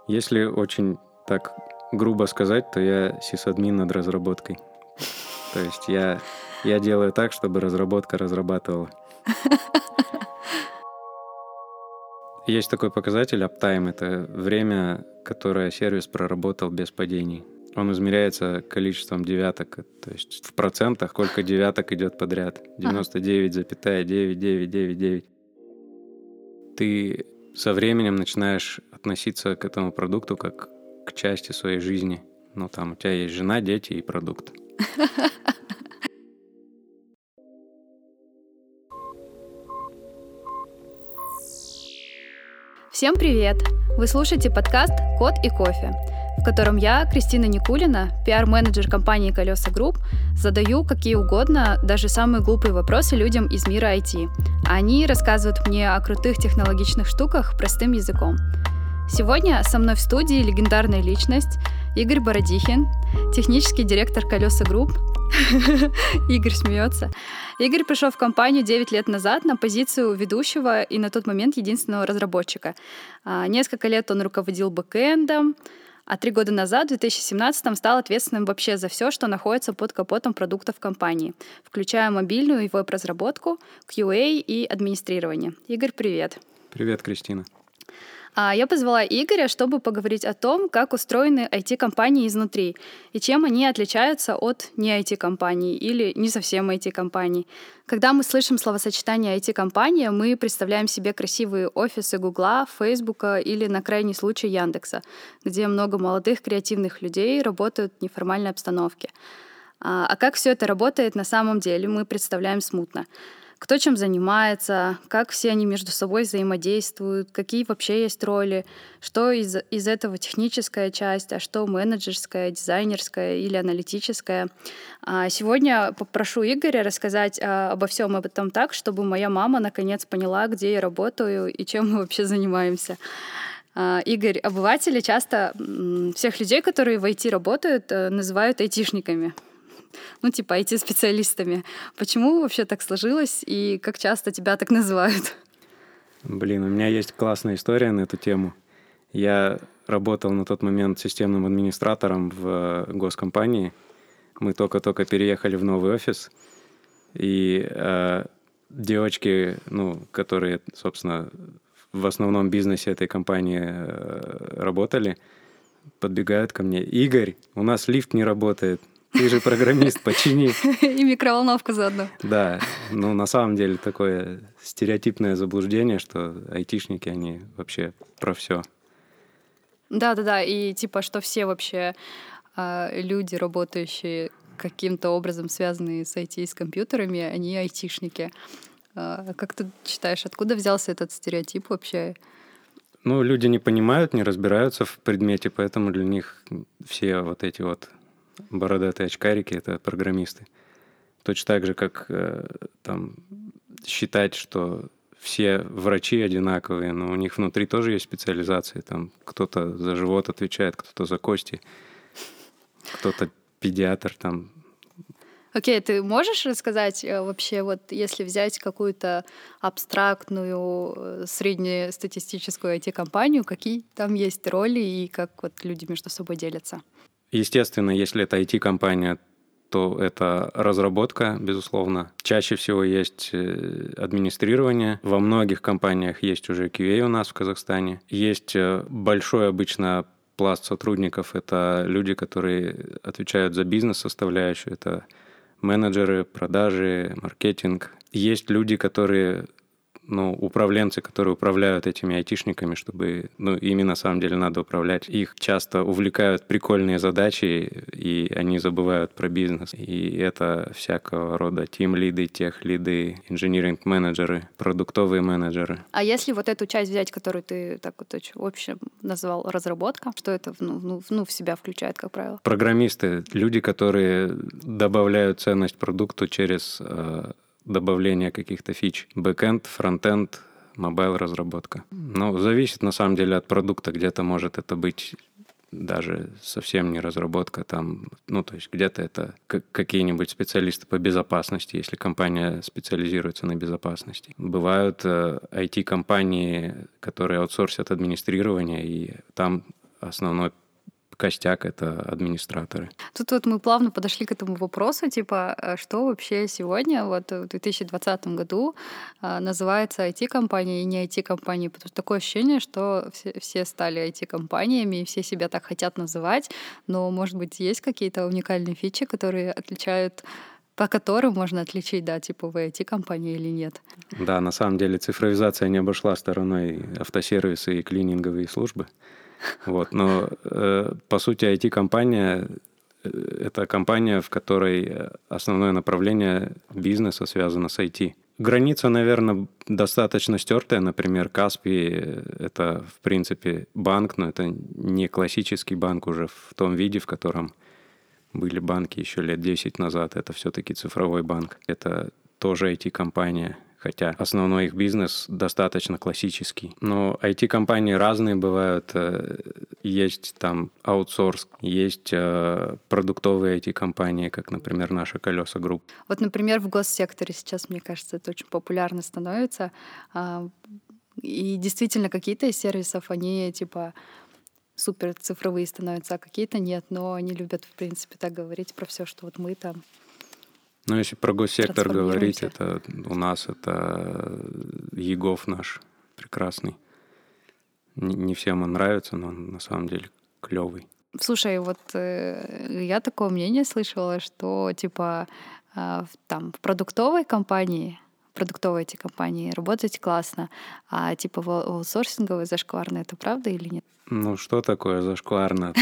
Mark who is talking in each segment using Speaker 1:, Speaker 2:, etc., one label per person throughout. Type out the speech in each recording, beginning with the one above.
Speaker 1: Если очень так грубо сказать, то я сисадмин над разработкой. То есть я делаю так, чтобы разработка разрабатывала. Есть такой показатель uptime — это время, которое сервис проработал без падений. Он измеряется количеством девяток, то есть в процентах, сколько девяток идет подряд. 99,9999. Ты со временем начинаешь относиться к этому продукту как к части своей жизни. Ну, там у тебя есть жена, дети и продукт.
Speaker 2: Всем привет! Вы слушаете подкаст «Код и кофе», в котором я, Кристина Никулина, пиар-менеджер компании «Колеса Групп», задаю какие угодно, даже самые глупые вопросы людям из мира IT. А они рассказывают мне о крутых технологичных штуках простым языком. Сегодня со мной в студии легендарная личность Игорь Бородихин, технический директор «Колеса Групп». Игорь смеется. Игорь пришел в компанию 9 лет назад на позицию ведущего и на тот момент единственного разработчика. Несколько лет он руководил бэкэндом, а 3 года назад, в 2017-м, стал ответственным вообще за все, что находится под капотом продуктов компании, включая мобильную и веб-разработку, QA и администрирование. Игорь, привет.
Speaker 1: Привет, Кристина.
Speaker 2: Я позвала Игоря, чтобы поговорить о том, как устроены IT-компании изнутри и чем они отличаются от не IT-компаний или не совсем IT-компаний. Когда мы слышим словосочетание IT-компания, мы представляем себе красивые офисы Гугла, Фейсбука или, на крайний случай, Яндекса, где много молодых креативных людей работают в неформальной обстановке. А как все это работает на самом деле, мы представляем смутно. Кто чем занимается, как все они между собой взаимодействуют, какие вообще есть роли, что из этого техническая часть, а что менеджерская, дизайнерская или аналитическая. Сегодня попрошу Игоря рассказать обо всем об этом так, чтобы моя мама наконец поняла, где я работаю и чем мы вообще занимаемся. Игорь, обыватели часто всех людей, которые в IT работают, называют айтишниками. Типа IT-специалистами. Почему вообще так сложилось и как часто тебя так называют?
Speaker 1: У меня есть классная история на эту тему. Я работал на тот момент системным администратором в госкомпании. Мы только-только переехали в новый офис. И девочки, которые, собственно, в основном бизнесе этой компании работали, подбегают ко мне. «Игорь, у нас лифт не работает. Ты же программист, почини».
Speaker 2: И микроволновка заодно.
Speaker 1: Да, на самом деле такое стереотипное заблуждение, что айтишники, они вообще про все.
Speaker 2: Да, и типа, что все вообще люди, работающие каким-то образом связанные с IT и с компьютерами, они айтишники. Как ты считаешь, откуда взялся этот стереотип вообще?
Speaker 1: Люди не понимают, не разбираются в предмете, поэтому для них все вот эти вот бородатые очкарики — это программисты. Точно так же, как считать, что все врачи одинаковые, но у них внутри тоже есть специализации. Там кто-то за живот отвечает, кто-то за кости, кто-то педиатр там.
Speaker 2: Окей, ты можешь рассказать вообще, вот если взять какую-то абстрактную среднестатистическую IT-компанию, какие там есть роли и как вот люди между собой делятся?
Speaker 1: Естественно, если это IT-компания, то это разработка, безусловно. Чаще всего есть администрирование. Во многих компаниях есть уже QA у нас в Казахстане. Есть большой обычно пласт сотрудников. Это люди, которые отвечают за бизнес-составляющую. Это менеджеры, продажи, маркетинг. Есть люди, которые... управленцы, которые управляют этими айтишниками, чтобы ими на самом деле надо управлять. Их часто увлекают прикольные задачи, и они забывают про бизнес. И это всякого рода тим-лиды, тех-лиды, инжиниринг-менеджеры, продуктовые менеджеры.
Speaker 2: А если вот эту часть взять, которую ты так вот очень в общем назвал разработка, что это в себя включает, как правило?
Speaker 1: Программисты, люди, которые добавляют ценность продукту через добавление каких-то фич. Бэкэнд, фронтенд, мобайл-разработка. Зависит на самом деле от продукта. Где-то может это быть даже совсем не разработка. То есть где-то это какие-нибудь специалисты по безопасности, если компания специализируется на безопасности. Бывают IT-компании, которые аутсорсят администрирование, и там основной костяк — это администраторы.
Speaker 2: Тут вот мы плавно подошли к этому вопросу, типа, что вообще сегодня, вот в 2020 году, называется IT-компанией и не IT-компанией, потому что такое ощущение, что все стали IT-компаниями, и все себя так хотят называть, но, может быть, есть какие-то уникальные фичи, которые отличают, по которым можно отличить, да, типа, вы IT-компания или нет.
Speaker 1: Да, на самом деле цифровизация не обошла стороной автосервисы и клининговые службы. Вот, но по сути IT-компания — это компания, в которой основное направление бизнеса связано с IT. Граница, наверное, достаточно стертая. Например, Каспий — это, в принципе, банк, но это не классический банк уже в том виде, в котором были банки еще лет 10 назад. Это все-таки цифровой банк. Это тоже IT-компания, хотя основной их бизнес достаточно классический. Но IT-компании разные бывают. Есть там аутсорс, есть продуктовые IT-компании, как, например, наша «Колеса Групп».
Speaker 2: Вот, например, в госсекторе сейчас, мне кажется, это очень популярно становится. И действительно, какие-то из сервисов, они типа супер цифровые становятся, а какие-то нет. Но они любят, в принципе, так говорить про все, что вот мы там
Speaker 1: Ну, если про госсектор говорить,
Speaker 2: трансформируемся.
Speaker 1: это у нас это ЕГОВ наш прекрасный. Не всем он нравится, но он на самом деле клевый.
Speaker 2: Слушай, вот я такое мнение слышала, что типа там в продуктовой эти компании работать классно, а типа в аутсорсинговой зашкварно, это правда или нет?
Speaker 1: Ну, что такое зашкварно?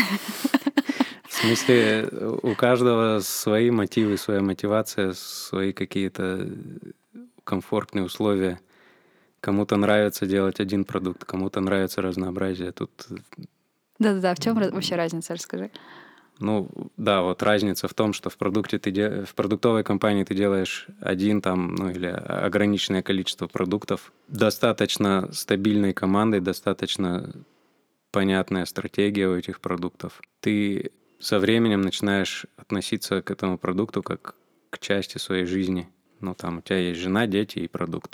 Speaker 1: В смысле, у каждого свои мотивы, своя мотивация, свои какие-то комфортные условия. Кому-то нравится делать один продукт, кому-то нравится разнообразие. Тут,
Speaker 2: Да-да-да, в чем вообще разница, расскажи.
Speaker 1: ну, да, вот разница в том, что в в продуктовой компании ты делаешь один там, ну, или ограниченное количество продуктов. Достаточно стабильной командой, достаточно понятная стратегия у этих продуктов. Ты со временем начинаешь относиться к этому продукту как к части своей жизни. Ну, там у тебя есть жена, дети и продукт.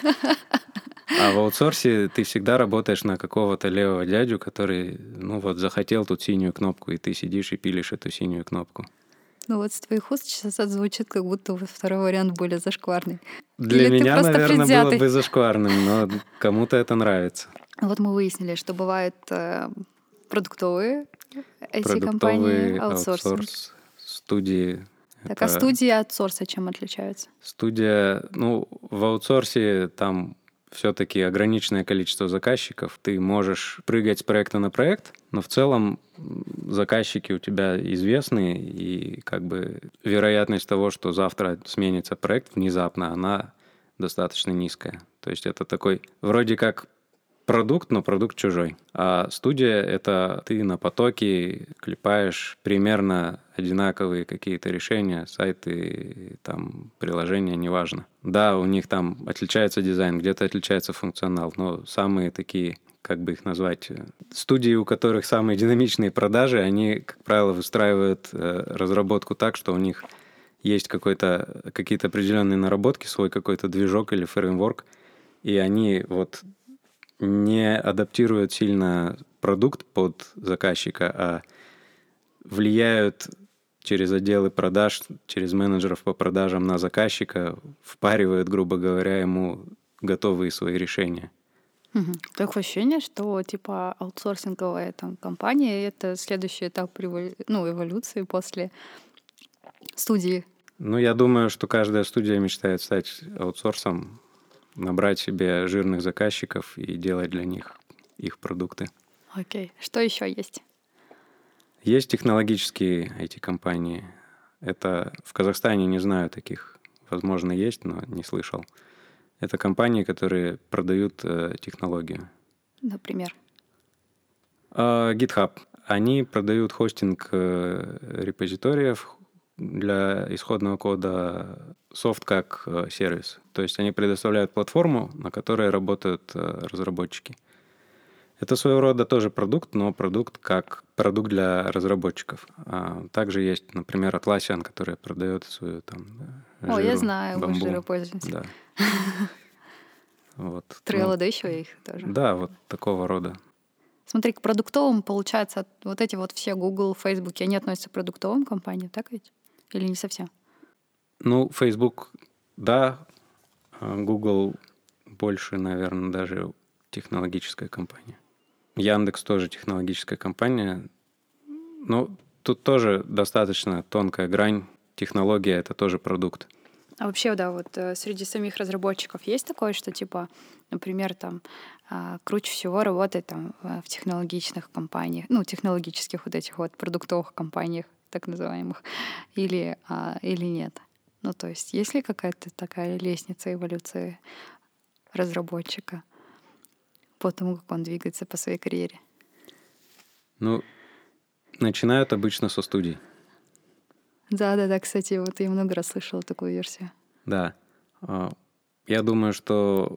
Speaker 1: А в аутсорсе ты всегда работаешь на какого-то левого дядю, который, ну вот, захотел тут синюю кнопку, и ты сидишь и пилишь эту синюю кнопку.
Speaker 2: Ну вот с твоих уст сейчас это звучит, как будто вот второй вариант более зашкварный.
Speaker 1: Для
Speaker 2: Или ты
Speaker 1: меня,
Speaker 2: просто
Speaker 1: наверное, было
Speaker 2: предвзятый.
Speaker 1: бы зашкварным, но кому-то это нравится.
Speaker 2: Вот мы выяснили, что бывают продуктовые IT-компании,
Speaker 1: Продуктовый
Speaker 2: аутсорсинг.
Speaker 1: аутсорс, студии.
Speaker 2: Так, а
Speaker 1: Это
Speaker 2: студии от сорса чем отличаются?
Speaker 1: студия, ну, в аутсорсе там все-таки ограниченное количество заказчиков. Ты можешь прыгать с проекта на проект, но в целом заказчики у тебя известны, и как бы вероятность того, что завтра сменится проект внезапно, она достаточно низкая. То есть это такой вроде как продукт, но продукт чужой. А студия — это ты на потоке клепаешь примерно одинаковые какие-то решения, сайты, там, приложения, неважно. Да, у них там отличается дизайн, где-то отличается функционал, но самые такие, как бы их назвать, студии, у которых самые динамичные продажи, они, как правило, выстраивают разработку так, что у них есть какие-то определенные наработки, свой какой-то движок или фреймворк, и они вот не адаптируют сильно продукт под заказчика, а влияют через отделы продаж, через менеджеров по продажам на заказчика, впаривают, грубо говоря, ему готовые свои решения.
Speaker 2: Такое ощущение, что типа аутсорсинговая там компания — это следующий этап эволюции после студии.
Speaker 1: Ну, я думаю, что каждая студия мечтает стать аутсорсом, набрать себе жирных заказчиков и делать для них их продукты.
Speaker 2: Окей. Что еще есть?
Speaker 1: Есть технологические IT-компании. Это в Казахстане не знаю таких. Возможно, есть, но не слышал. Это компании, которые продают технологию.
Speaker 2: Например.
Speaker 1: GitHub. Они продают хостинг репозиториев для исходного кода, софт как сервис. То есть они предоставляют платформу, на которой работают разработчики. Это своего рода тоже продукт, но продукт как продукт для разработчиков. Также есть, например, Atlassian, который продает свою там
Speaker 2: О, я
Speaker 1: жиру,
Speaker 2: знаю, мы
Speaker 1: бамбу.
Speaker 2: жиры пользуемся.
Speaker 1: Да. Вот.
Speaker 2: Trello, да еще их тоже.
Speaker 1: Да, вот такого рода.
Speaker 2: Смотри, к продуктовым, получается, вот эти вот все Google, Facebook, они относятся к продуктовым компаниям, так ведь? Или не совсем?
Speaker 1: Ну, Facebook, да, Google больше, наверное, даже технологическая компания. Яндекс тоже технологическая компания. Но тут тоже достаточно тонкая грань. Технология — это тоже продукт.
Speaker 2: А вообще, да, вот среди самих разработчиков есть такое, что типа, например, там круче всего работает там в технологичных компаниях, ну, технологических вот этих вот продуктовых компаниях, так называемых, или нет? Ну, то есть ли какая-то такая лестница эволюции разработчика по тому, как он двигается по своей карьере?
Speaker 1: Ну, начинают обычно со студий.
Speaker 2: Да, кстати, вот я много раз слышала такую версию.
Speaker 1: Да. Я думаю, что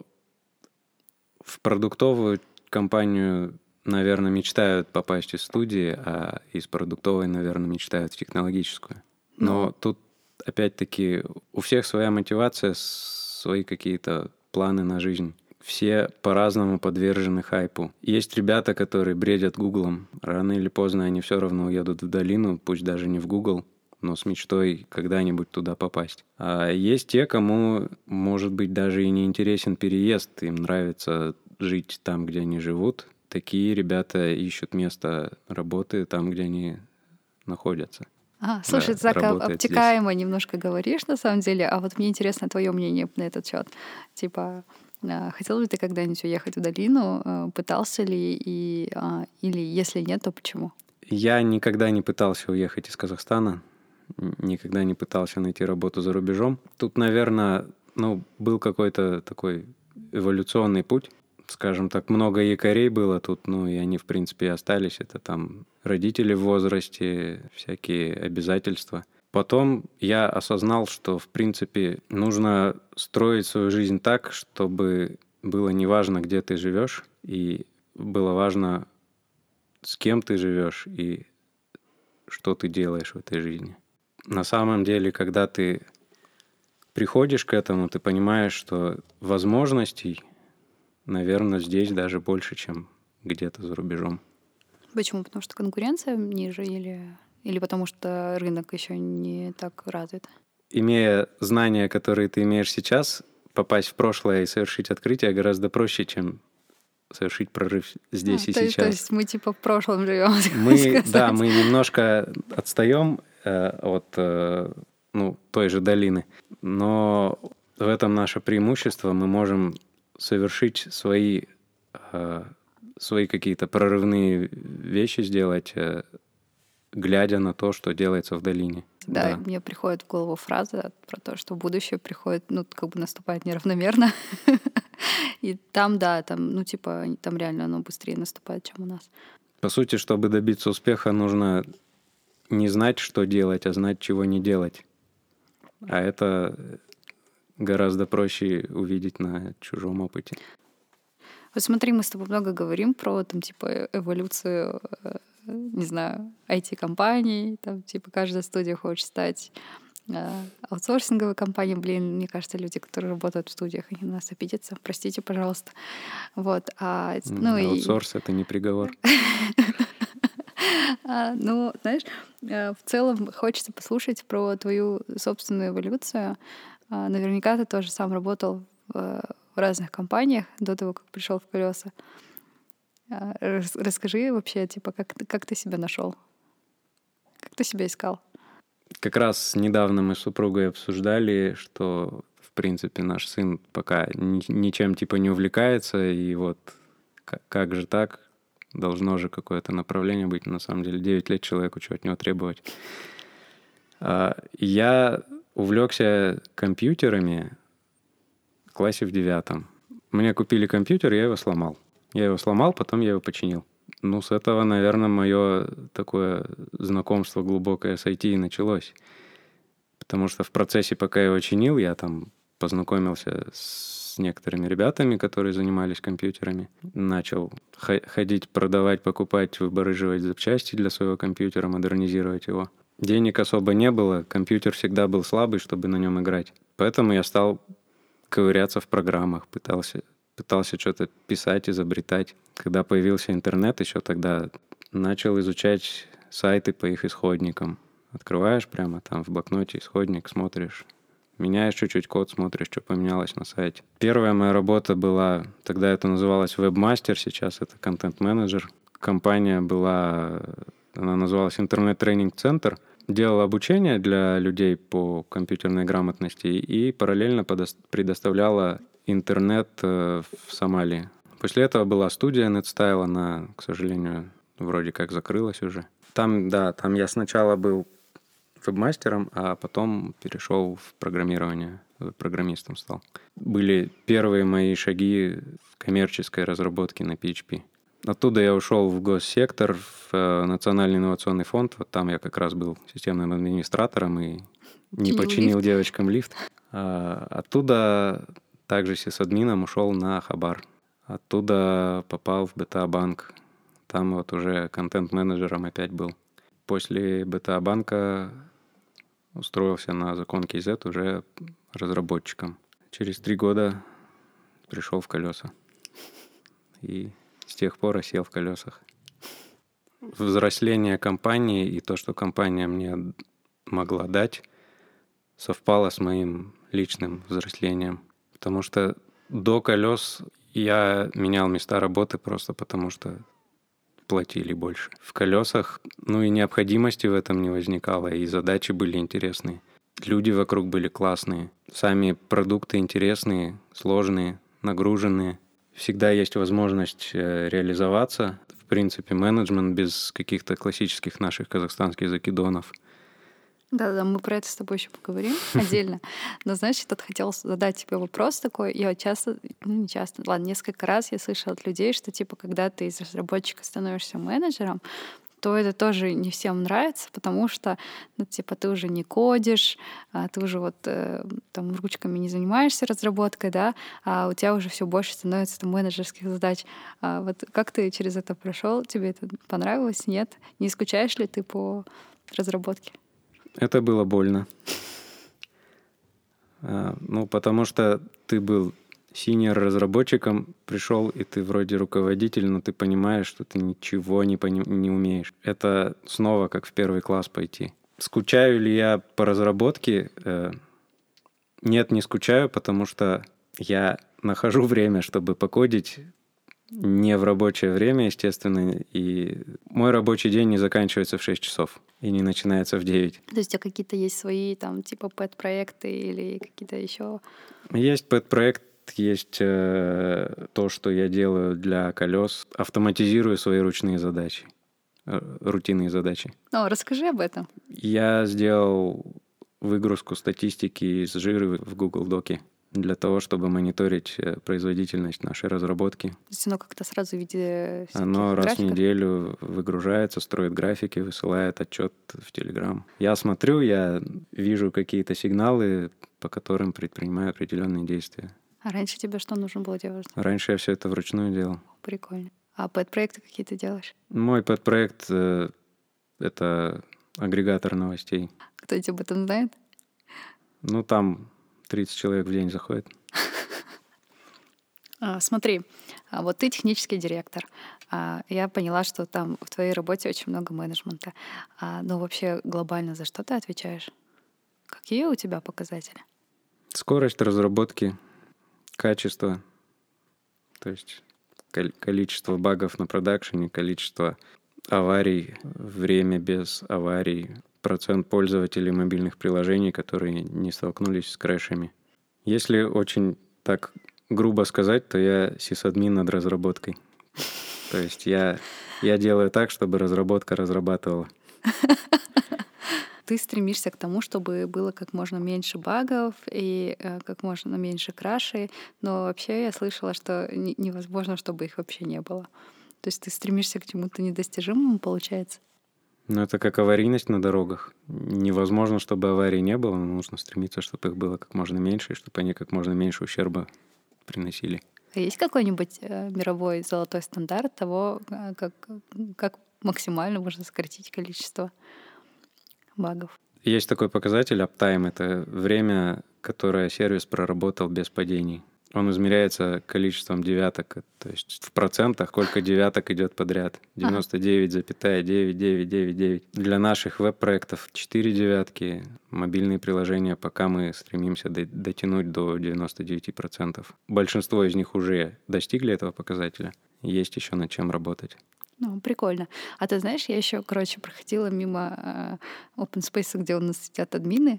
Speaker 1: в продуктовую компанию, наверное, мечтают попасть из студии, а из продуктовой, наверное, мечтают в технологическую. Но тут, опять-таки, у всех своя мотивация, свои какие-то планы на жизнь. Все по-разному подвержены хайпу. Есть ребята, которые бредят Гуглом. Рано или поздно они все равно уедут в долину, пусть даже не в Гугл, но с мечтой когда-нибудь туда попасть. А есть те, кому, может быть, даже и не интересен переезд, им нравится жить там, где они живут. Такие ребята ищут место работы там, где они находятся.
Speaker 2: Слушай, ты так обтекаемо немножко говоришь, на самом деле, а вот мне интересно твое мнение на этот счет. Типа, хотел ли ты когда-нибудь уехать в долину, пытался ли, или если нет, то почему?
Speaker 1: Я никогда не пытался уехать из Казахстана, никогда не пытался найти работу за рубежом. Тут, наверное, был какой-то такой эволюционный путь. Скажем так, много якорей было тут, и они, в принципе, и остались. Это там родители в возрасте, всякие обязательства. Потом я осознал, что, в принципе, нужно строить свою жизнь так, чтобы было неважно, где ты живешь, и было важно, с кем ты живешь и что ты делаешь в этой жизни. На самом деле, когда ты приходишь к этому, ты понимаешь, что возможностей, наверное, здесь даже больше, чем где-то за рубежом.
Speaker 2: Почему? Потому что конкуренция ниже или потому что рынок еще не так развит?
Speaker 1: Имея знания, которые ты имеешь сейчас, попасть в прошлое и совершить открытие гораздо проще, чем совершить прорыв здесь и сейчас.
Speaker 2: То есть мы типа в прошлом живем.
Speaker 1: Мы немножко отстаем от той же долины, но в этом наше преимущество. Мы можем совершить свои какие-то прорывные вещи сделать, глядя на то, что делается в долине.
Speaker 2: Да, мне приходит в голову фраза про то, что будущее приходит, наступает неравномерно. И там реально оно быстрее наступает, чем у нас.
Speaker 1: По сути, чтобы добиться успеха, нужно не знать, что делать, а знать, чего не делать. А это гораздо проще увидеть на чужом опыте.
Speaker 2: Вот смотри, мы с тобой много говорим про эволюцию, не знаю, IT-компаний, каждая студия хочет стать аутсорсинговой компанией. Блин, мне кажется, люди, которые работают в студиях, они на нас обидятся. Простите, пожалуйста. Вот.
Speaker 1: Аутсорс — это не приговор.
Speaker 2: Знаешь, в целом хочется послушать про твою собственную эволюцию. Наверняка ты тоже сам работал в разных компаниях до того, как пришел в «Колеса». Расскажи вообще, как ты себя нашел? Как ты себя искал?
Speaker 1: Как раз недавно мы с супругой обсуждали, что, в принципе, наш сын пока ничем не увлекается, и вот как же так? Должно же какое-то направление быть. На самом деле 9 лет человеку, чего от него требовать. Я увлекся компьютерами в классе в 9. Мне купили компьютер, я его сломал. Потом я его починил. С этого, наверное, мое такое знакомство глубокое с IT и началось. Потому что в процессе, пока я его чинил, я там познакомился с некоторыми ребятами, которые занимались компьютерами. Начал ходить, продавать, покупать, выборыживать запчасти для своего компьютера, модернизировать его. Денег особо не было, компьютер всегда был слабый, чтобы на нем играть. Поэтому я стал ковыряться в программах, пытался пытался что-то писать, изобретать. Когда появился интернет, еще тогда начал изучать сайты по их исходникам. Открываешь прямо там в блокноте исходник, смотришь, меняешь чуть-чуть код, смотришь, что поменялось на сайте. Первая моя работа была, тогда это называлось вебмастер, сейчас это контент-менеджер. Компания была, она называлась интернет-тренинг-центр. Делала обучение для людей по компьютерной грамотности и параллельно предоставляла интернет в Сомали. После этого была студия NetStyle, она, к сожалению, вроде как закрылась уже. Там, да, там я сначала был вебмастером, а потом перешел в программирование, программистом стал. Были первые мои шаги в коммерческой разработке на PHP. Оттуда я ушел в госсектор, в Национальный инновационный фонд. Вот там я как раз был системным администратором и не починил девочкам лифт. Оттуда также сисадмином ушел на Хабар. Оттуда попал в БТА банк. Там вот уже контент-менеджером опять был. После БТА банка устроился на Закон KZ уже разработчиком. Через 3 года пришел в колеса. И с тех пор осел в колесах. Взросление компании и то, что компания мне могла дать, совпало с моим личным взрослением. Потому что до колес я менял места работы просто потому, что платили больше. В колесах, и необходимости в этом не возникало, и задачи были интересные. Люди вокруг были классные. Сами продукты интересные, сложные, нагруженные. Всегда есть возможность реализоваться. В принципе, менеджмент без каких-то классических наших казахстанских закидонов.
Speaker 2: Да, мы про это с тобой еще поговорим отдельно. Но, знаешь, я тут хотела задать тебе вопрос такой. Я часто, не часто, ладно, несколько раз я слышала от людей, что, типа, когда ты из разработчика становишься менеджером, то это тоже не всем нравится, потому что, ты уже не кодишь, ты уже там ручками не занимаешься разработкой, да, а у тебя уже все больше становится там менеджерских задач. Вот как ты через это прошел? Тебе это понравилось? Нет? Не скучаешь ли ты по разработке?
Speaker 1: Это было больно. Потому что ты был синьор-разработчиком, пришел, и ты вроде руководитель, но ты понимаешь, что ты ничего не умеешь. Это снова как в первый класс пойти. Скучаю ли я по разработке? Нет, не скучаю, потому что я нахожу время, чтобы покодить не в рабочее время, естественно, и мой рабочий день не заканчивается в 6 часов и не начинается в 9.
Speaker 2: То есть у тебя какие-то есть свои там типа пэт-проекты или какие-то еще?
Speaker 1: Есть пэт-проект, есть то, что я делаю для колес, автоматизирую свои ручные задачи, рутинные задачи.
Speaker 2: Расскажи об этом.
Speaker 1: Я сделал выгрузку статистики из жиры в Google Доке для того, чтобы мониторить производительность нашей разработки.
Speaker 2: То есть оно как-то сразу в виде
Speaker 1: Оно раз
Speaker 2: графиков?
Speaker 1: в неделю выгружается, строит графики, высылает отчет в Telegram. Я смотрю, я вижу какие-то сигналы, по которым предпринимаю определенные действия.
Speaker 2: А раньше тебе что нужно было делать?
Speaker 1: Раньше я все это вручную делал.
Speaker 2: Прикольно. А пэт-проекты какие ты делаешь?
Speaker 1: Мой пэт-проект — это агрегатор новостей.
Speaker 2: Кто-нибудь об этом знает?
Speaker 1: Там 30 человек в день заходит.
Speaker 2: Смотри, вот ты технический директор. Я поняла, что там в твоей работе очень много менеджмента. Но вообще глобально за что ты отвечаешь? Какие у тебя показатели?
Speaker 1: Скорость разработки, качество, то есть количество багов на продакшене, количество аварий, время без аварий, процент пользователей мобильных приложений, которые не столкнулись с крэшами. Если очень так грубо сказать, то я сисадмин над разработкой. То есть я делаю так, чтобы разработка разрабатывала.
Speaker 2: Ты стремишься к тому, чтобы было как можно меньше багов и как можно меньше крашей, но вообще я слышала, что невозможно, чтобы их вообще не было. То есть ты стремишься к чему-то недостижимому, получается?
Speaker 1: Это как аварийность на дорогах. Невозможно, чтобы аварий не было, но нужно стремиться, чтобы их было как можно меньше, и чтобы они как можно меньше ущерба приносили.
Speaker 2: А есть какой-нибудь мировой золотой стандарт того, как максимально можно сократить количество багов?
Speaker 1: Есть такой показатель uptime. Это время, которое сервис проработал без падений. Он измеряется количеством девяток, то есть в процентах, сколько девяток идет подряд. 99,9999. Для наших веб-проектов 4 девятки. Мобильные приложения пока мы стремимся дотянуть до 99%. Большинство из них уже достигли этого показателя. Есть еще над чем работать.
Speaker 2: Ну, прикольно. А ты знаешь, я еще, проходила мимо open space, где у нас сидят админы,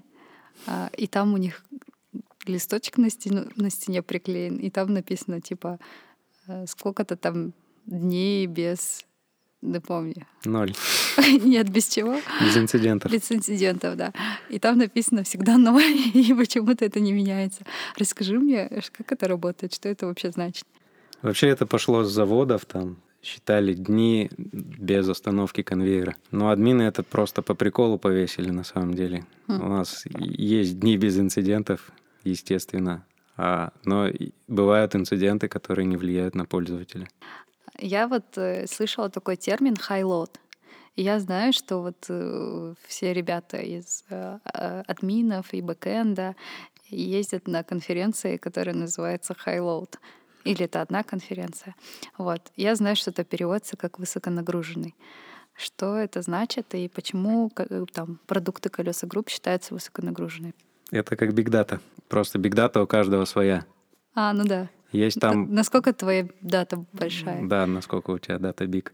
Speaker 2: и там у них листочек на стене приклеен, и там написано, типа, сколько-то там дней без... Не помню.
Speaker 1: 0.
Speaker 2: Нет, без чего?
Speaker 1: Без инцидентов.
Speaker 2: Без инцидентов, да. И там написано всегда 0, и почему-то это не меняется. Расскажи мне, как это работает, что это вообще значит?
Speaker 1: Вообще это пошло с заводов, там считали дни без остановки конвейера. Но админы это просто по приколу повесили на самом деле. У нас есть дни без инцидентов, естественно, но бывают инциденты, которые не влияют на пользователя.
Speaker 2: Я слышала такой термин high load. И я знаю, что все ребята из админов и бэкэнда ездят на конференции, которая называется high load. Или это одна конференция. Я знаю, что это переводится как высоконагруженный. Что это значит и почему там продукты колеса групп считаются высоконагруженными?
Speaker 1: Это как Big Data. Просто Big Data у каждого своя.
Speaker 2: Ну да.
Speaker 1: Есть там...
Speaker 2: Насколько твоя дата большая?
Speaker 1: Да, насколько у тебя дата big.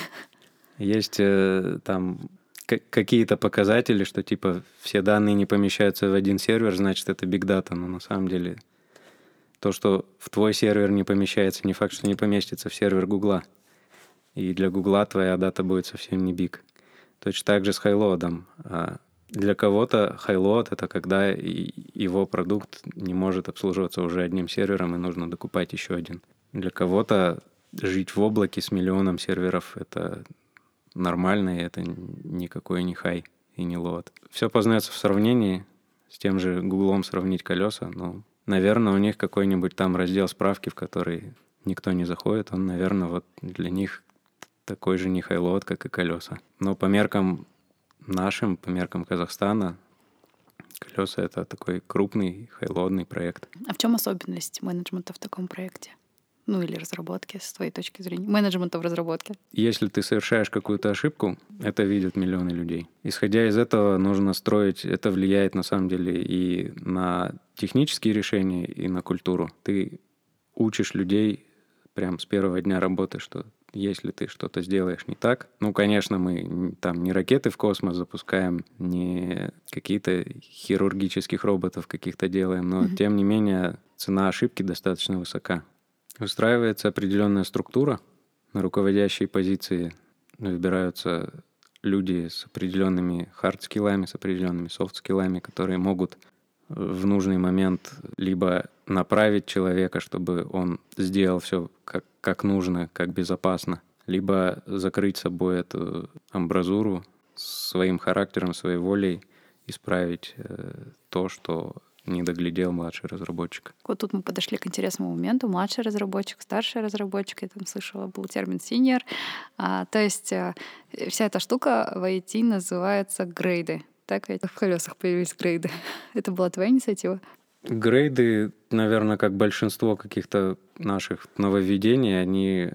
Speaker 1: Есть там какие-то показатели, что типа все данные не помещаются в один сервер, значит это Big Data. Но на самом деле то, что в твой сервер не помещается, не факт, что не поместится в сервер Гугла. И для Гугла твоя дата будет совсем не big. Точно так же с хайлоадом. Для кого-то хайлоад — это когда его продукт не может обслуживаться уже одним сервером, и нужно докупать еще один. Для кого-то жить в облаке с миллионом серверов — это нормально, и это никакой не хай и не лоад. Все познается в сравнении. С тем же Гуглом сравнить колеса. Наверное, у них какой-нибудь там раздел справки, в который никто не заходит. Он, наверное, для них такой же не хайлоад, как и колеса. Но по меркам нашим, по меркам Казахстана, колеса — это такой крупный хайлоадный проект.
Speaker 2: А в чем особенность менеджмента в таком проекте? Или разработки, с твоей точки зрения. Менеджмента в разработке.
Speaker 1: Если ты совершаешь какую-то ошибку, это видят миллионы людей. Исходя из этого, нужно строить... Это влияет, на самом деле, и на технические решения, и на культуру. Ты учишь людей прям с первого дня работы, что если ты что-то сделаешь не так... конечно, мы там не ракеты в космос запускаем, не какие-то хирургических роботов каких-то делаем, но, тем не менее, цена ошибки достаточно высока. Устраивается определенная структура. На руководящие позиции выбираются люди с определенными хард-скиллами, с определенными софт-скиллами, которые могут в нужный момент либо направить человека, чтобы он сделал все как нужно, как безопасно, либо закрыть собой эту амбразуру своим характером, своей волей, исправить то, что не доглядел младший разработчик.
Speaker 2: Тут мы подошли к интересному моменту. Младший разработчик, старший разработчик. Я там слышала, был термин senior. То есть вся эта штука в IT называется грейды. Так ведь? В колесах появились грейды. Это была твоя инициатива?
Speaker 1: Грейды, наверное, как большинство каких-то наших нововведений, они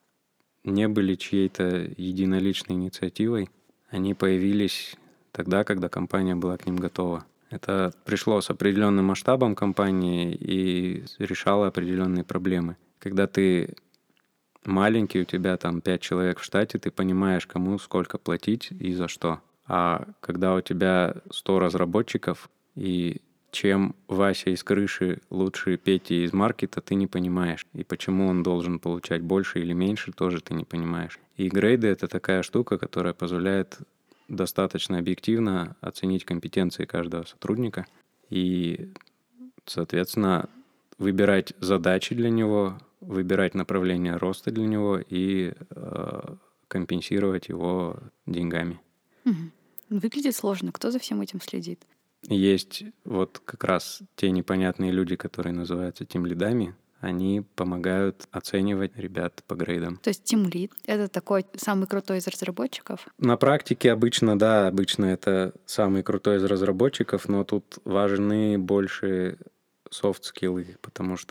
Speaker 1: не были чьей-то единоличной инициативой. Они появились тогда, когда компания была к ним готова. Это пришло с определенным масштабом компании и решало определенные проблемы. Когда ты маленький, у тебя там 5 человек в штате, ты понимаешь, кому сколько платить и за что. А когда у тебя 100 разработчиков, и чем Вася из крыши лучше Пети из маркета, ты не понимаешь. И почему он должен получать больше или меньше, тоже ты не понимаешь. И грейды — это такая штука, которая позволяет достаточно объективно оценить компетенции каждого сотрудника и, соответственно, выбирать задачи для него, выбирать направление роста для него и компенсировать его деньгами.
Speaker 2: Выглядит сложно. Кто за всем этим следит?
Speaker 1: Есть как раз те непонятные люди, которые называются тимлидами. Они помогают оценивать ребят по грейдам.
Speaker 2: То есть тимлид — это такой самый крутой из разработчиков?
Speaker 1: На практике обычно это самый крутой из разработчиков, но тут важны больше софт-скиллы, потому что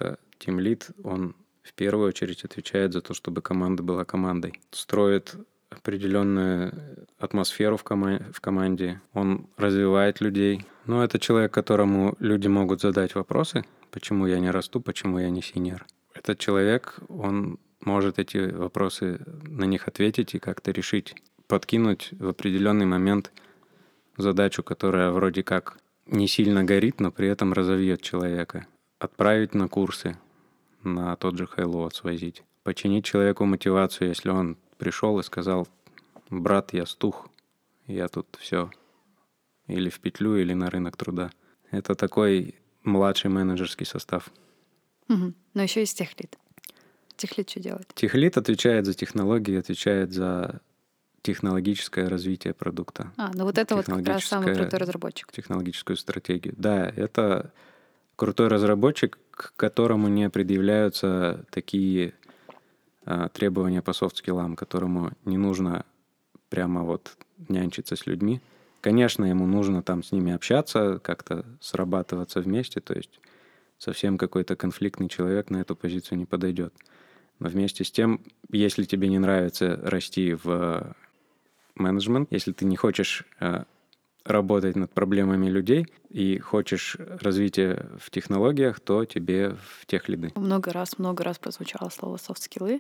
Speaker 1: тимлид, он в первую очередь отвечает за то, чтобы команда была командой. Строит определенную атмосферу в команде, он развивает людей. Но это человек, которому люди могут задать вопросы, почему я не расту, почему я не синьор. Этот человек, он может эти вопросы, на них ответить и как-то решить, подкинуть в определенный момент задачу, которая вроде как не сильно горит, но при этом разовьет человека. Отправить на курсы, на тот же Хайлоуд свозить. Починить человеку мотивацию, если он пришел и сказал: брат, я стух, я тут все или в петлю, или на рынок труда. Это такой младший менеджерский состав.
Speaker 2: Угу. Но еще есть техлид. Техлид что делает?
Speaker 1: Техлид отвечает за технологии, отвечает за технологическое развитие продукта.
Speaker 2: Ну вот это вот как раз самый крутой разработчик.
Speaker 1: Технологическую стратегию. Да, это крутой разработчик, к которому не предъявляются такие требования по софт-скиллам, которому не нужно прямо вот нянчиться с людьми. Конечно, ему нужно там с ними общаться, как-то срабатываться вместе, то есть совсем какой-то конфликтный человек на эту позицию не подойдет. Но вместе с тем, если тебе не нравится расти в менеджмент, если ты не хочешь работать над проблемами людей и хочешь развития в технологиях, то тебе в техлиды.
Speaker 2: Много раз прозвучало слово софт-скиллы.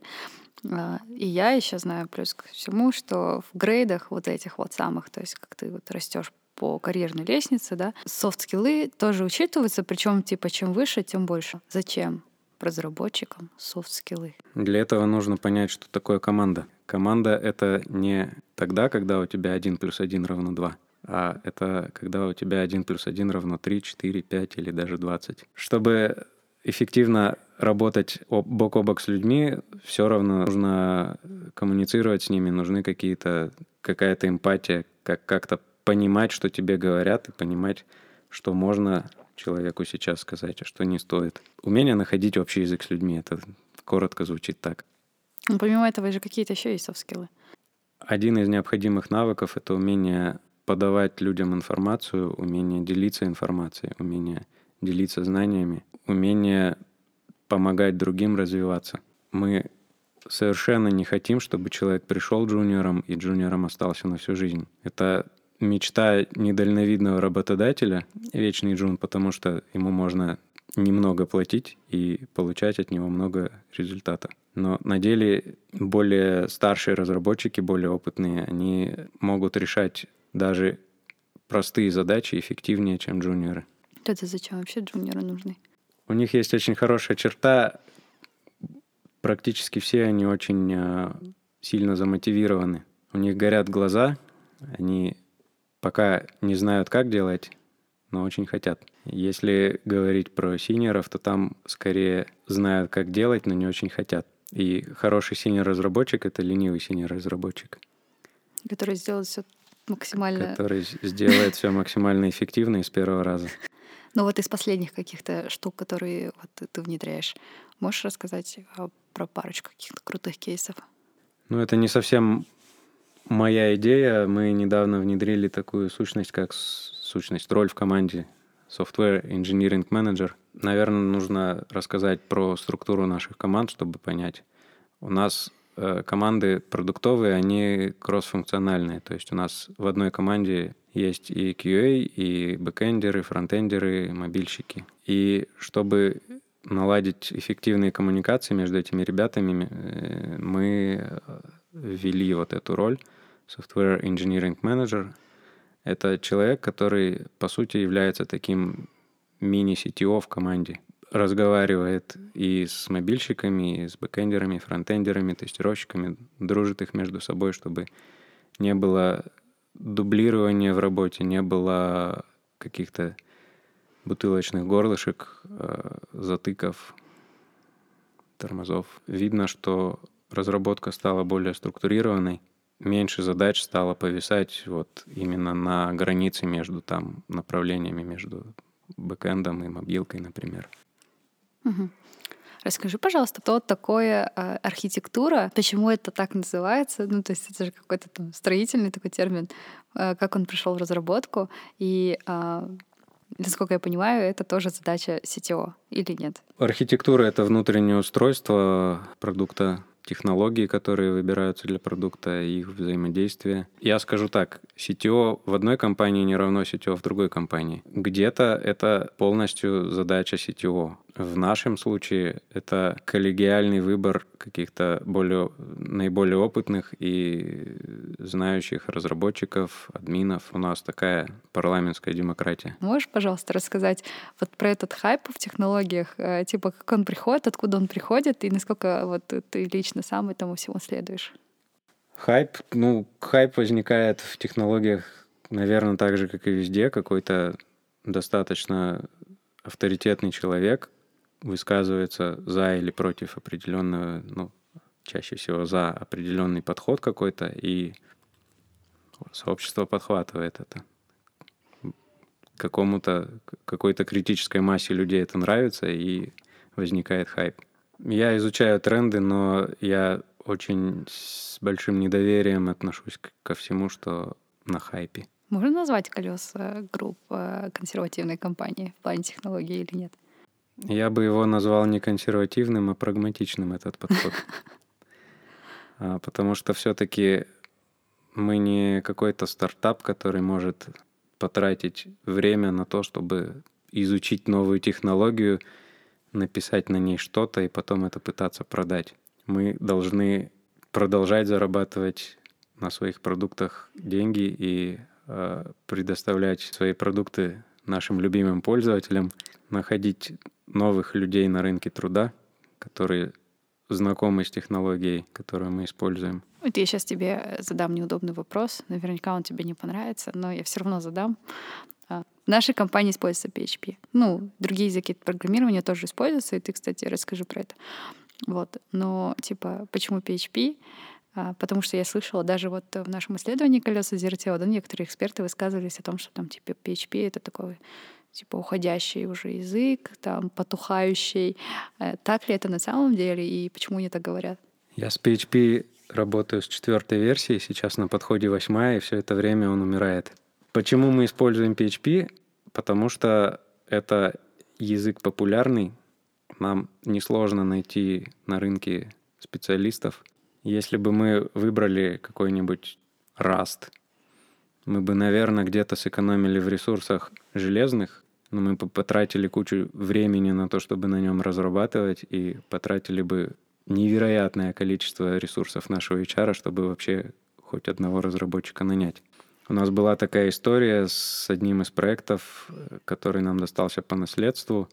Speaker 2: И я еще знаю плюс ко всему, что в грейдах вот этих вот самых, то есть как ты вот растешь по карьерной лестнице, да, софт-скиллы тоже учитываются, причем типа чем выше, тем больше. Зачем разработчикам софт-скиллы?
Speaker 1: Для этого нужно понять, что такое команда. Команда — это не тогда, когда у тебя 1 + 1 = 2, а это когда у тебя 1 + 1 = 3, 4, 5 или даже 20. Чтобы эффективно работать бок о бок с людьми, все равно нужно коммуницировать с ними, нужны какая-то эмпатия, как-то понимать, что тебе говорят, и понимать, что можно человеку сейчас сказать, а что не стоит. Умение находить общий язык с людьми — это коротко звучит так.
Speaker 2: Ну, помимо этого же какие-то еще есть софт-скиллы.
Speaker 1: Один из необходимых навыков — это умение подавать людям информацию, умение делиться информацией, умение делиться знаниями, умение помогать другим развиваться. Мы совершенно не хотим, чтобы человек пришел джуниором и джуниором остался на всю жизнь. Это мечта недальновидного работодателя, вечный джун, потому что ему можно немного платить и получать от него много результата. Но на деле более старшие разработчики, более опытные, они могут решать даже простые задачи эффективнее, чем джуниоры.
Speaker 2: Это зачем вообще джуниоры нужны?
Speaker 1: У них есть очень хорошая черта. Практически все они очень сильно замотивированы. У них горят глаза, они пока не знают, как делать, но очень хотят. Если говорить про синьоров, то там скорее знают, как делать, но не очень хотят. И хороший синьор-разработчик — это ленивый синьор-разработчик.
Speaker 2: Который сделает все максимально...
Speaker 1: Который сделает все максимально эффективно и с первого раза.
Speaker 2: Ну вот из последних каких-то штук, которые вот ты внедряешь, можешь рассказать про парочку каких-то крутых кейсов?
Speaker 1: Ну, это не совсем моя идея. Мы недавно внедрили такую сущность, как роль в команде Software Engineering Manager. Наверное, нужно рассказать про структуру наших команд, чтобы понять. У нас команды продуктовые, они кроссфункциональные. То есть у нас в одной команде есть и QA, и бэкэндеры, фронтендеры, мобильщики. И чтобы наладить эффективные коммуникации между этими ребятами, мы ввели вот эту роль Software Engineering Manager. Это человек, который, по сути, является таким мини-CTO в команде. Разговаривает и с мобильщиками, и с бэкэндерами, фронтендерами, тестировщиками, дружит их между собой, чтобы не было дублирования в работе, не было каких-то бутылочных горлышек, затыков, тормозов. Видно, что разработка стала более структурированной, меньше задач стало повисать вот именно на границе между там направлениями, между бэкэндом и мобилкой, например.
Speaker 2: Угу. Расскажи, пожалуйста, что такое архитектура, почему это так называется? Ну, то есть это же какой-то там строительный такой термин, как он пришел в разработку, и Насколько я понимаю, это тоже задача CTO или нет?
Speaker 1: Архитектура — это внутреннее устройство продукта, технологии, которые выбираются для продукта, их взаимодействие. Я скажу так, CTO в одной компании не равно CTO в другой компании. Где-то это полностью задача CTO. В нашем случае это коллегиальный выбор каких-то наиболее опытных и знающих разработчиков, админов. У нас такая парламентская демократия.
Speaker 2: Можешь, пожалуйста, рассказать вот про этот хайп в технологиях, типа как он приходит, откуда он приходит, и насколько вот ты лично сам этому всему следуешь?
Speaker 1: Хайп возникает в технологиях, наверное, так же, как и везде. Какой-то достаточно авторитетный человек высказывается за или против определенного, чаще всего за определенный подход какой-то, и сообщество подхватывает это. Какой-то критической массе людей это нравится, и возникает хайп. Я изучаю тренды, но я очень с большим недоверием отношусь ко всему, что на хайпе.
Speaker 2: Можно назвать колеса групп консервативной компании в плане технологий или нет?
Speaker 1: Я бы его назвал не консервативным, а прагматичным, этот подход. Потому что все-таки мы не какой-то стартап, который может потратить время на то, чтобы изучить новую технологию, написать на ней что-то и потом это пытаться продать. Мы должны продолжать зарабатывать на своих продуктах деньги и предоставлять свои продукты нашим любимым пользователям, находить новых людей на рынке труда, которые знакомы с технологией, которую мы используем.
Speaker 2: Вот я сейчас тебе задам неудобный вопрос. Наверняка он тебе не понравится, но я все равно задам. В нашей компании используется PHP. Другие языки программирования тоже используются, и ты, кстати, расскажи про это. Вот. Но, почему PHP? Потому что я слышала, даже вот в нашем исследовании «Колеса Zero-to», некоторые эксперты высказывались о том, что там, PHP — это такой, уходящий уже язык, там, потухающий. Так ли это на самом деле, и почему они так говорят?
Speaker 1: Я с PHP работаю с 4-й версии, сейчас на подходе 8-я, и все это время он умирает. Почему мы используем PHP? Потому что это язык популярный, нам несложно найти на рынке специалистов. Если бы мы выбрали какой-нибудь Rust, мы бы, наверное, где-то сэкономили в ресурсах железных, но мы бы потратили кучу времени на то, чтобы на нем разрабатывать, и потратили бы невероятное количество ресурсов нашего HR, чтобы вообще хоть одного разработчика нанять. У нас была такая история с одним из проектов, который нам достался по наследству.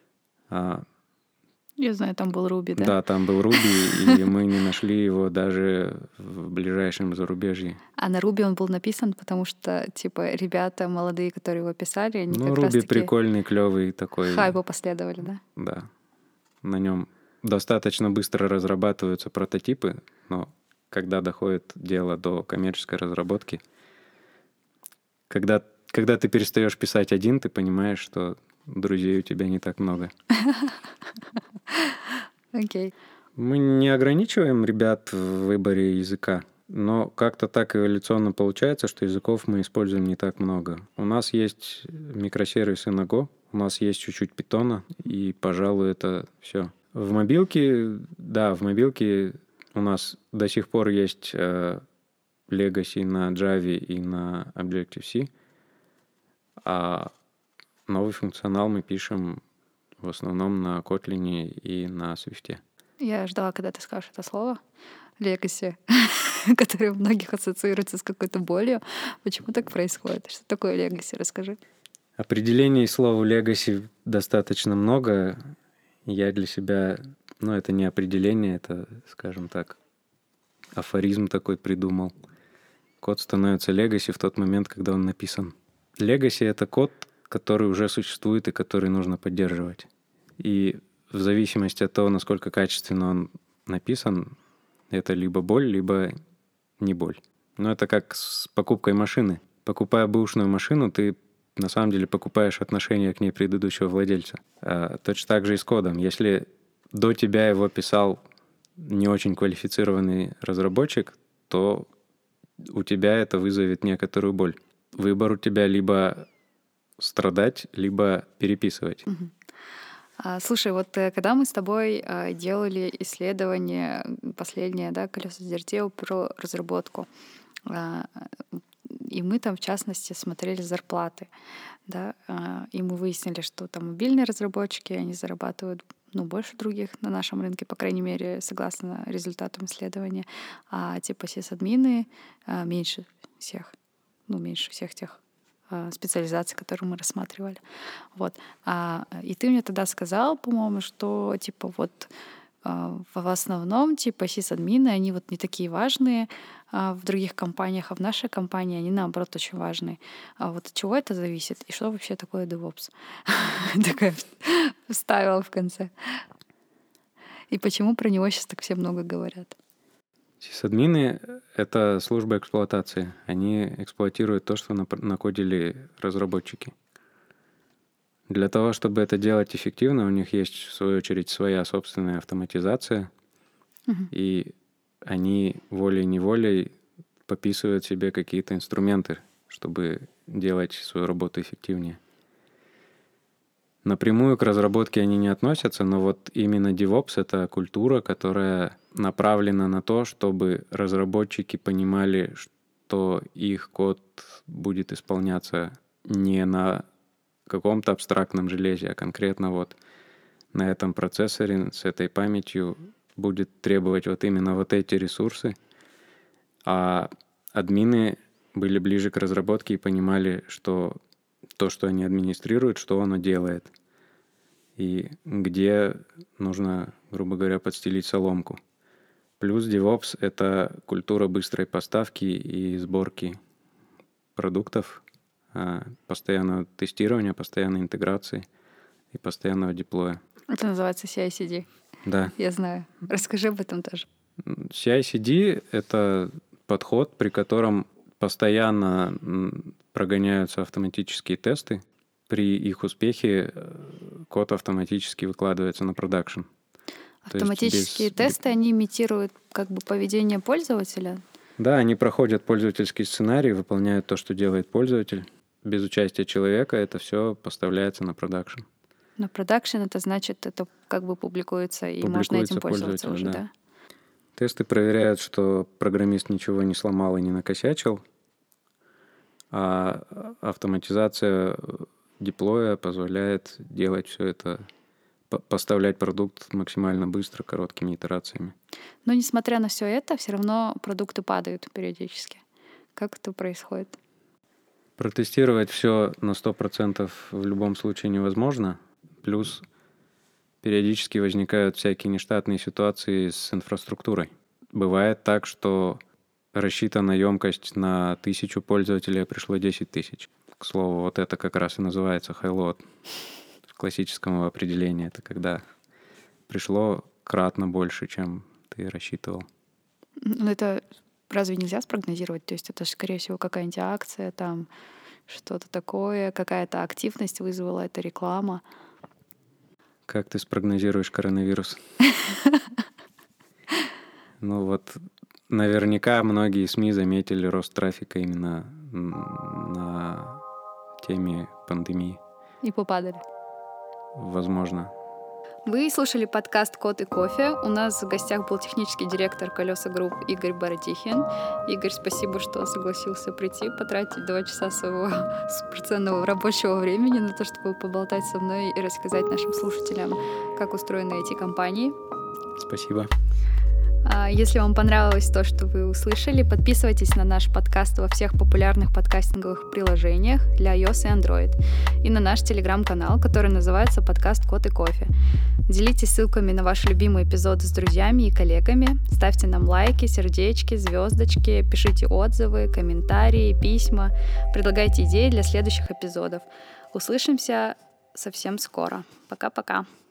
Speaker 2: Я знаю, там был Ruby, да?
Speaker 1: Да, там был Ruby, и мы не нашли его даже в ближайшем зарубежье.
Speaker 2: А на Ruby он был написан, потому что, ребята молодые, которые его писали, они как
Speaker 1: Ruby
Speaker 2: раз-таки
Speaker 1: прикольный, клевый такой.
Speaker 2: хайпу последовали, да?
Speaker 1: Да. На нем достаточно быстро разрабатываются прототипы, но когда доходит дело до коммерческой разработки, когда ты перестаешь писать один, ты понимаешь, что друзей у тебя не так много.
Speaker 2: Окей.
Speaker 1: Мы не ограничиваем ребят в выборе языка, но как-то так эволюционно получается, что языков мы используем не так много. У нас есть микросервисы на Go, у нас есть чуть-чуть питона, и, пожалуй, это все. В мобилке у нас до сих пор есть Legacy на Java и на Objective-C, а новый функционал мы пишем в основном на Kotlin и на Swift.
Speaker 2: Я ждала, когда ты скажешь это слово «legacy», которое у многих ассоциируется с какой-то болью. Почему так происходит? Что такое legacy? Расскажи.
Speaker 1: Определений слова legacy достаточно много. Я для себя... это не определение, это, скажем так, афоризм такой придумал. Код становится legacy в тот момент, когда он написан. Legacy — это код, который уже существует и который нужно поддерживать. И в зависимости от того, насколько качественно он написан, это либо боль, либо не боль. Но это как с покупкой машины. Покупая бэушную машину, ты на самом деле покупаешь отношение к ней предыдущего владельца. Точно так же и с кодом. Если до тебя его писал не очень квалифицированный разработчик, то у тебя это вызовет некоторую боль. Выбор у тебя либо страдать, либо переписывать.
Speaker 2: Слушай, вот когда мы с тобой делали исследование последнее, да, «Колеса Зертео» про разработку, и мы там, в частности, смотрели зарплаты, да, и мы выяснили, что там мобильные разработчики, они зарабатывают больше других на нашем рынке, по крайней мере, согласно результатам исследования, а типа сисадмины меньше всех, меньше всех тех специализаций, которые мы рассматривали. Вот. И ты мне тогда сказал, по-моему, что типа вот в основном типа сисадмины, они вот не такие важные в других компаниях, а в нашей компании они, наоборот, очень важные. А вот от чего это зависит? И что вообще такое DevOps? Такая вставила в конце. И почему про него сейчас так все много говорят?
Speaker 1: Сисадмины — это служба эксплуатации. Они эксплуатируют то, что накодили разработчики. Для того, чтобы это делать эффективно, у них есть, в свою очередь, своя собственная автоматизация, и они волей-неволей пописывают себе какие-то инструменты, чтобы делать свою работу эффективнее. Напрямую к разработке они не относятся, но вот именно DevOps — это культура, которая направлена на то, чтобы разработчики понимали, что их код будет исполняться не на каком-то абстрактном железе, а конкретно вот на этом процессоре с этой памятью будет требовать вот именно вот эти ресурсы. А админы были ближе к разработке и понимали, что то, что они администрируют, что оно делает. И где нужно, грубо говоря, подстелить соломку. Плюс DevOps — это культура быстрой поставки и сборки продуктов, постоянного тестирования, постоянной интеграции и постоянного деплоя.
Speaker 2: Это называется CI/CD.
Speaker 1: Да.
Speaker 2: Я знаю. Расскажи об этом тоже.
Speaker 1: CI/CD — это подход, при котором постоянно прогоняются автоматические тесты. При их успехе код автоматически выкладывается на продакшн.
Speaker 2: Автоматические тесты, они имитируют как бы поведение пользователя?
Speaker 1: Да, они проходят пользовательский сценарий, выполняют то, что делает пользователь. Без участия человека это все поставляется на продакшн.
Speaker 2: На продакшн это значит, это как бы публикуется, и можно этим пользоваться уже, да?
Speaker 1: Тесты проверяют, что программист ничего не сломал и не накосячил, а автоматизация деплоя позволяет делать все это, поставлять продукт максимально быстро, короткими итерациями.
Speaker 2: Но несмотря на все это, все равно продукты падают периодически. Как это происходит?
Speaker 1: Протестировать все на 100% в любом случае невозможно. Плюс периодически возникают всякие нештатные ситуации с инфраструктурой. Бывает так, что рассчитана емкость на 1000 пользователей, а пришло 10 тысяч. К слову, вот это как раз и называется high-load. В классическом определении это когда пришло кратно больше, чем ты рассчитывал.
Speaker 2: Но это разве нельзя спрогнозировать? То есть это, скорее всего, какая-нибудь акция, там что-то такое, какая-то активность вызвала, это реклама.
Speaker 1: Как ты спрогнозируешь коронавирус? Ну вот, наверняка многие СМИ заметили рост трафика именно на теме пандемии.
Speaker 2: И попадали.
Speaker 1: Возможно.
Speaker 2: Вы слушали подкаст «Код и кофе». У нас в гостях был технический директор «Колеса Групп» Игорь Бородихин. Игорь, спасибо, что согласился прийти, потратить 2 часа своего суперценного рабочего времени на то, чтобы поболтать со мной и рассказать нашим слушателям, как устроены IT-компании.
Speaker 1: Спасибо.
Speaker 2: Если вам понравилось то, что вы услышали, подписывайтесь на наш подкаст во всех популярных подкастинговых приложениях для iOS и Android и на наш телеграм-канал, который называется «Подкаст Код и кофе». Делитесь ссылками на ваши любимые эпизоды с друзьями и коллегами, ставьте нам лайки, сердечки, звездочки, пишите отзывы, комментарии, письма, предлагайте идеи для следующих эпизодов. Услышимся совсем скоро. Пока-пока.